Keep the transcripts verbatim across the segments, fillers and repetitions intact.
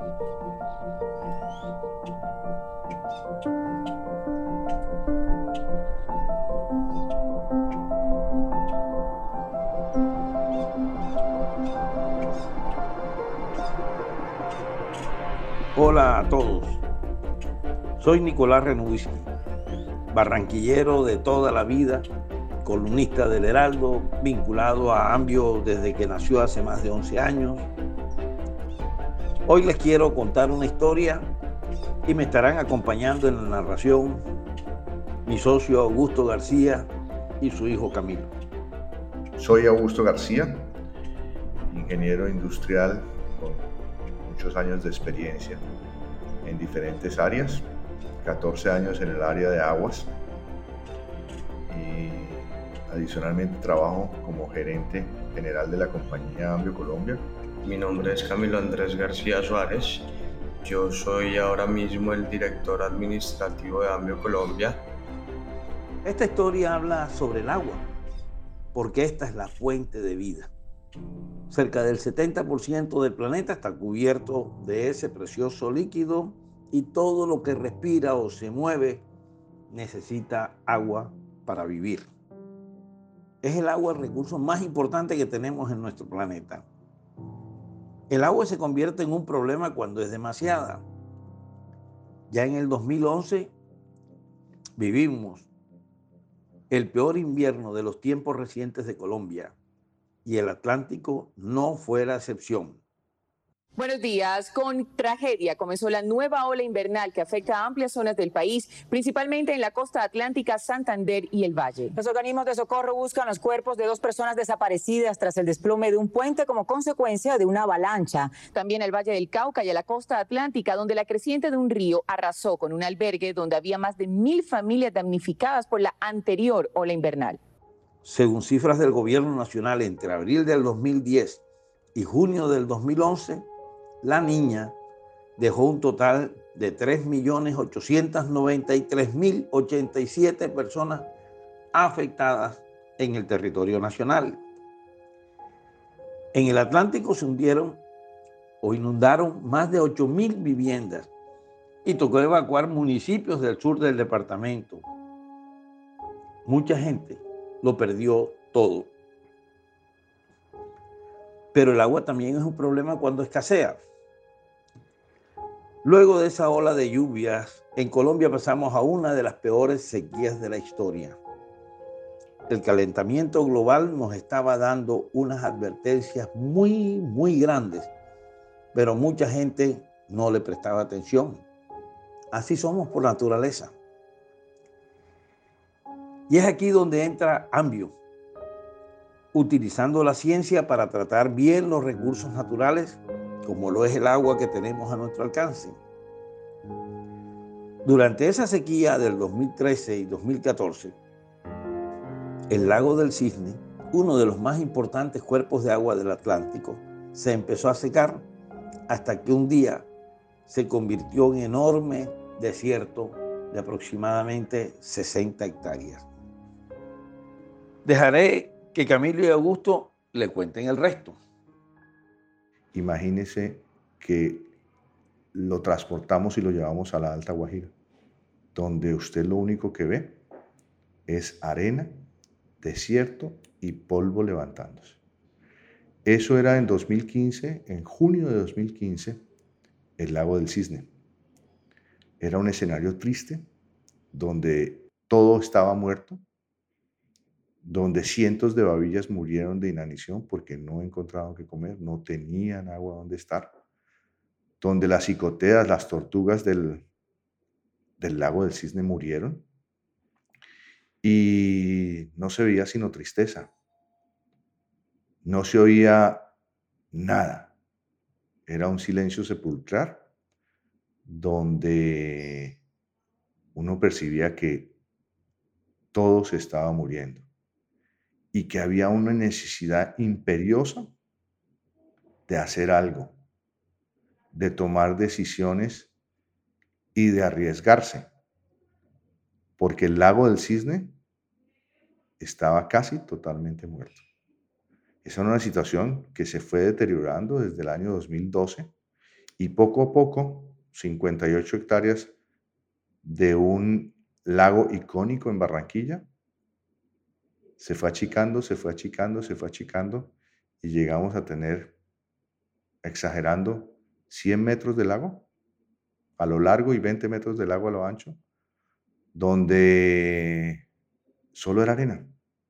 Hola a todos, soy Nicolás Renubisky, barranquillero de toda la vida, columnista del Heraldo, vinculado a Ambio desde que nació hace más de once años. Hoy les quiero contar una historia y me estarán acompañando en la narración mi socio Augusto García y su hijo Camilo. Soy Augusto García, ingeniero industrial con muchos años de experiencia en diferentes áreas, catorce años en el área de aguas y adicionalmente trabajo como gerente general de la compañía Ambio Colombia. Mi nombre es Camilo Andrés García Suárez, yo soy ahora mismo el director administrativo de Ambio Colombia. Esta historia habla sobre el agua, porque esta es la fuente de vida. Cerca del setenta por ciento del planeta está cubierto de ese precioso líquido y todo lo que respira o se mueve necesita agua para vivir. Es el agua el recurso más importante que tenemos en nuestro planeta. El agua se convierte en un problema cuando es demasiada. Ya en el dos mil once vivimos el peor invierno de los tiempos recientes de Colombia. Y el Atlántico no fue la excepción. Buenos días. Con tragedia comenzó la nueva ola invernal que afecta a amplias zonas del país, principalmente en la costa atlántica, Santander y el Valle. Los organismos de socorro buscan los cuerpos de dos personas desaparecidas tras el desplome de un puente como consecuencia de una avalancha. También al Valle del Cauca y a la costa atlántica, donde la creciente de un río arrasó con un albergue donde había más de mil familias damnificadas por la anterior ola invernal. Según cifras del gobierno nacional, entre abril del dos mil diez y junio del dos mil once, la Niña dejó un total de tres millones ochocientos noventa y tres mil ochenta y siete personas afectadas en el territorio nacional. En el Atlántico se hundieron o inundaron más de ocho mil viviendas y tocó evacuar municipios del sur del departamento. Mucha gente lo perdió todo. Pero el agua también es un problema cuando escasea. Luego de esa ola de lluvias, en Colombia pasamos a una de las peores sequías de la historia. El calentamiento global nos estaba dando unas advertencias muy, muy grandes, pero mucha gente no le prestaba atención. Así somos por naturaleza. Y es aquí donde entra Ambio, utilizando la ciencia para tratar bien los recursos naturales, como lo es el agua que tenemos a nuestro alcance. Durante esa sequía del dos mil trece y dos mil catorce, el lago del Cisne, uno de los más importantes cuerpos de agua del Atlántico, se empezó a secar hasta que un día se convirtió en enorme desierto de aproximadamente sesenta hectáreas. Dejaré que Camilo y Augusto le cuenten el resto. Imagínese que lo transportamos y lo llevamos a la Alta Guajira, donde usted lo único que ve es arena, desierto y polvo levantándose. Eso era en dos mil quince, en junio de dos mil quince, el lago del Cisne. Era un escenario triste, donde todo estaba muerto, donde cientos de babillas murieron de inanición porque no encontraban qué comer, no tenían agua donde estar, donde las cicoteas, las tortugas del, del lago del Cisne murieron y no se veía sino tristeza, no se oía nada, era un silencio sepulcral donde uno percibía que todo se estaba muriendo y que había una necesidad imperiosa de hacer algo, de tomar decisiones y de arriesgarse, porque el lago del Cisne estaba casi totalmente muerto. Esa era una situación que se fue deteriorando desde el año dos mil doce Y poco a poco, cincuenta y ocho hectáreas de un lago icónico en Barranquilla, se fue achicando, se fue achicando, se fue achicando, y llegamos a tener, exagerando, cien metros de lago a lo largo y veinte metros de lago a lo ancho, donde solo era arena.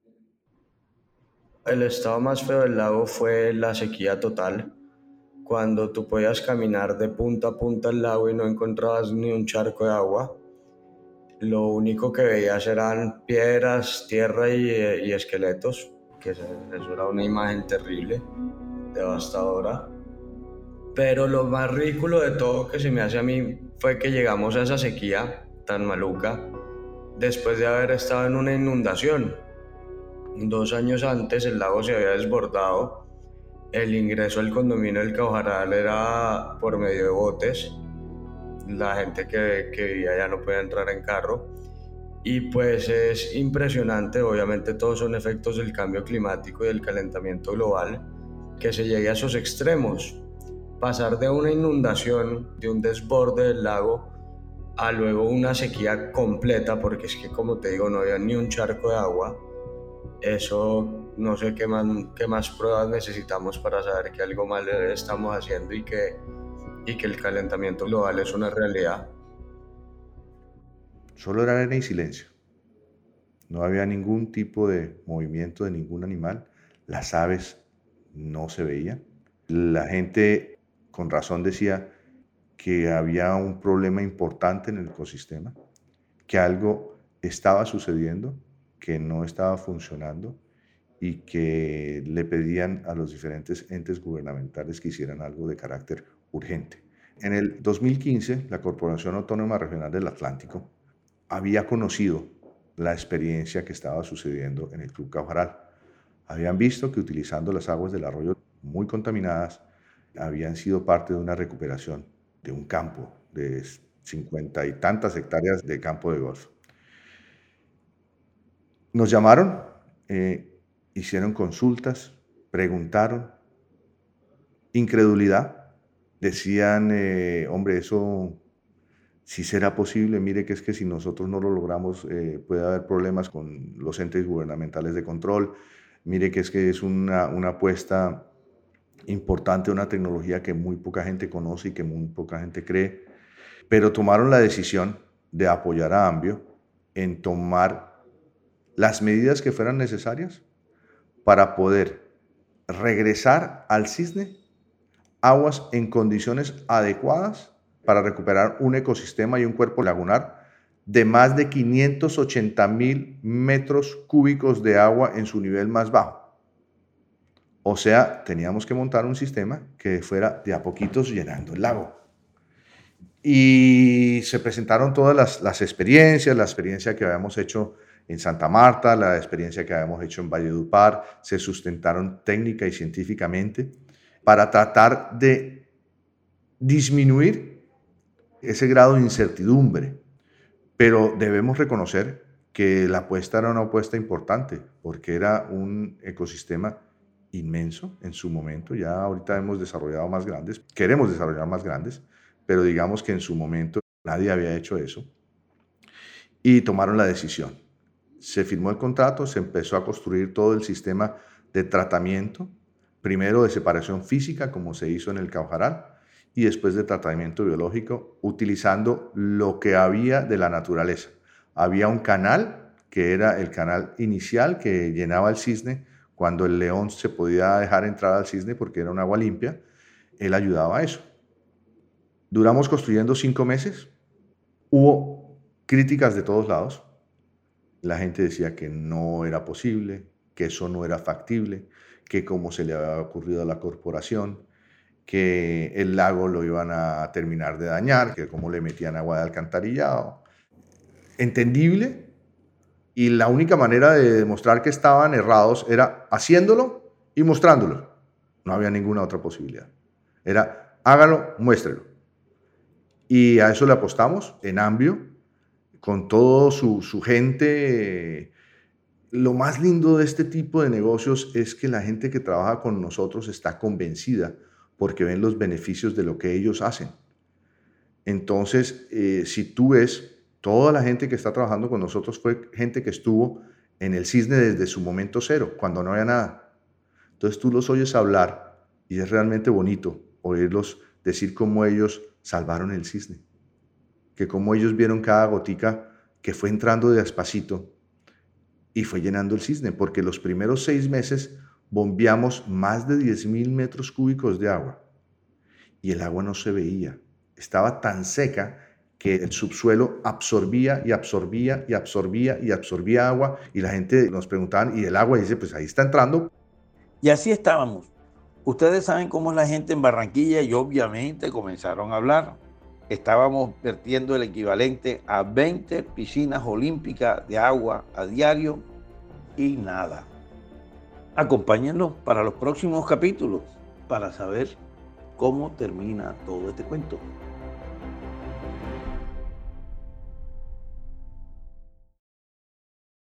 El estado más feo del lago fue la sequía total, cuando tú podías caminar de punta a punta del lago y no encontrabas ni un charco de agua. Lo único que veías eran piedras, tierra y, y esqueletos, que eso era una imagen terrible, devastadora. Pero lo más ridículo de todo que se me hace a mí fue que llegamos a esa sequía tan maluca después de haber estado en una inundación. Dos años antes el lago se había desbordado, el ingreso al condominio del Caujaral era por medio de botes, la gente que, que vivía allá no podía entrar en carro, y pues es impresionante, obviamente todos son efectos del cambio climático y del calentamiento global, que se llegue a esos extremos. Pasar de una inundación, de un desborde del lago, a luego una sequía completa, porque es que, como te digo, no había ni un charco de agua. Eso no sé qué más, qué más pruebas necesitamos para saber que algo mal estamos haciendo y que, y que el calentamiento global es una realidad. Solo era arena y silencio. No había ningún tipo de movimiento de ningún animal. Las aves no se veían. La gente con razón decía que había un problema importante en el ecosistema, que algo estaba sucediendo, que no estaba funcionando y que le pedían a los diferentes entes gubernamentales que hicieran algo de carácter urgente. En el dos mil quince, la Corporación Autónoma Regional del Atlántico había conocido la experiencia que estaba sucediendo en el Club Caujaral. Habían visto que utilizando las aguas del arroyo muy contaminadas, habían sido parte de una recuperación de un campo de cincuenta y tantas hectáreas de campo de golf. Nos llamaron, eh, hicieron consultas, preguntaron, incredulidad, decían, eh, hombre, eso sí será posible, mire que es que si nosotros no lo logramos eh, puede haber problemas con los entes gubernamentales de control, mire que es que es una, una apuesta importante, una tecnología que muy poca gente conoce y que muy poca gente cree, pero tomaron la decisión de apoyar a Ambio en tomar las medidas que fueran necesarias para poder regresar al Cisne aguas en condiciones adecuadas para recuperar un ecosistema y un cuerpo lagunar de más de quinientos ochenta mil metros cúbicos de agua en su nivel más bajo. O sea, teníamos que montar un sistema que fuera de a poquitos llenando el lago. Y se presentaron todas las, las experiencias, la experiencia que habíamos hecho en Santa Marta, la experiencia que habíamos hecho en Valledupar, se sustentaron técnica y científicamente para tratar de disminuir ese grado de incertidumbre. Pero debemos reconocer que la apuesta era una apuesta importante, porque era un ecosistema inmenso en su momento. Ya ahorita hemos desarrollado más grandes, queremos desarrollar más grandes, pero digamos que en su momento nadie había hecho eso. Y tomaron la decisión. Se firmó el contrato, se empezó a construir todo el sistema de tratamiento, primero de separación física, como se hizo en el Caujaral, y después de tratamiento biológico, utilizando lo que había de la naturaleza. Había un canal, que era el canal inicial que llenaba el Cisne, cuando el león se podía dejar entrar al Cisne porque era un agua limpia, él ayudaba a eso. Duramos construyendo cinco meses, hubo críticas de todos lados, la gente decía que no era posible, que eso no era factible, que cómo se le había ocurrido a la corporación, que el lago lo iban a terminar de dañar, que cómo le metían agua de alcantarillado. Entendible, y la única manera de demostrar que estaban errados era haciéndolo y mostrándolo. No había ninguna otra posibilidad. Era hágalo, muéstrelo. Y a eso le apostamos en Ambio, con todo su, su gente. Lo más lindo de este tipo de negocios es que la gente que trabaja con nosotros está convencida, porque ven los beneficios de lo que ellos hacen. Entonces, eh, si tú ves, toda la gente que está trabajando con nosotros fue gente que estuvo en el Cisne desde su momento cero, cuando no había nada. Entonces tú los oyes hablar y es realmente bonito oírlos decir cómo ellos salvaron el Cisne, que cómo ellos vieron cada gotica que fue entrando despacito y fue llenando el Cisne, porque los primeros seis meses bombeamos más de diez mil metros cúbicos de agua y el agua no se veía. Estaba tan seca que el subsuelo absorbía y absorbía y absorbía y absorbía agua y la gente nos preguntaban, ¿y el agua? Y dice, pues ahí está entrando. Y así estábamos. Ustedes saben cómo es la gente en Barranquilla y obviamente comenzaron a hablar. Estábamos vertiendo el equivalente a veinte piscinas olímpicas de agua a diario y nada. Acompáñenlos para los próximos capítulos para saber cómo termina todo este cuento.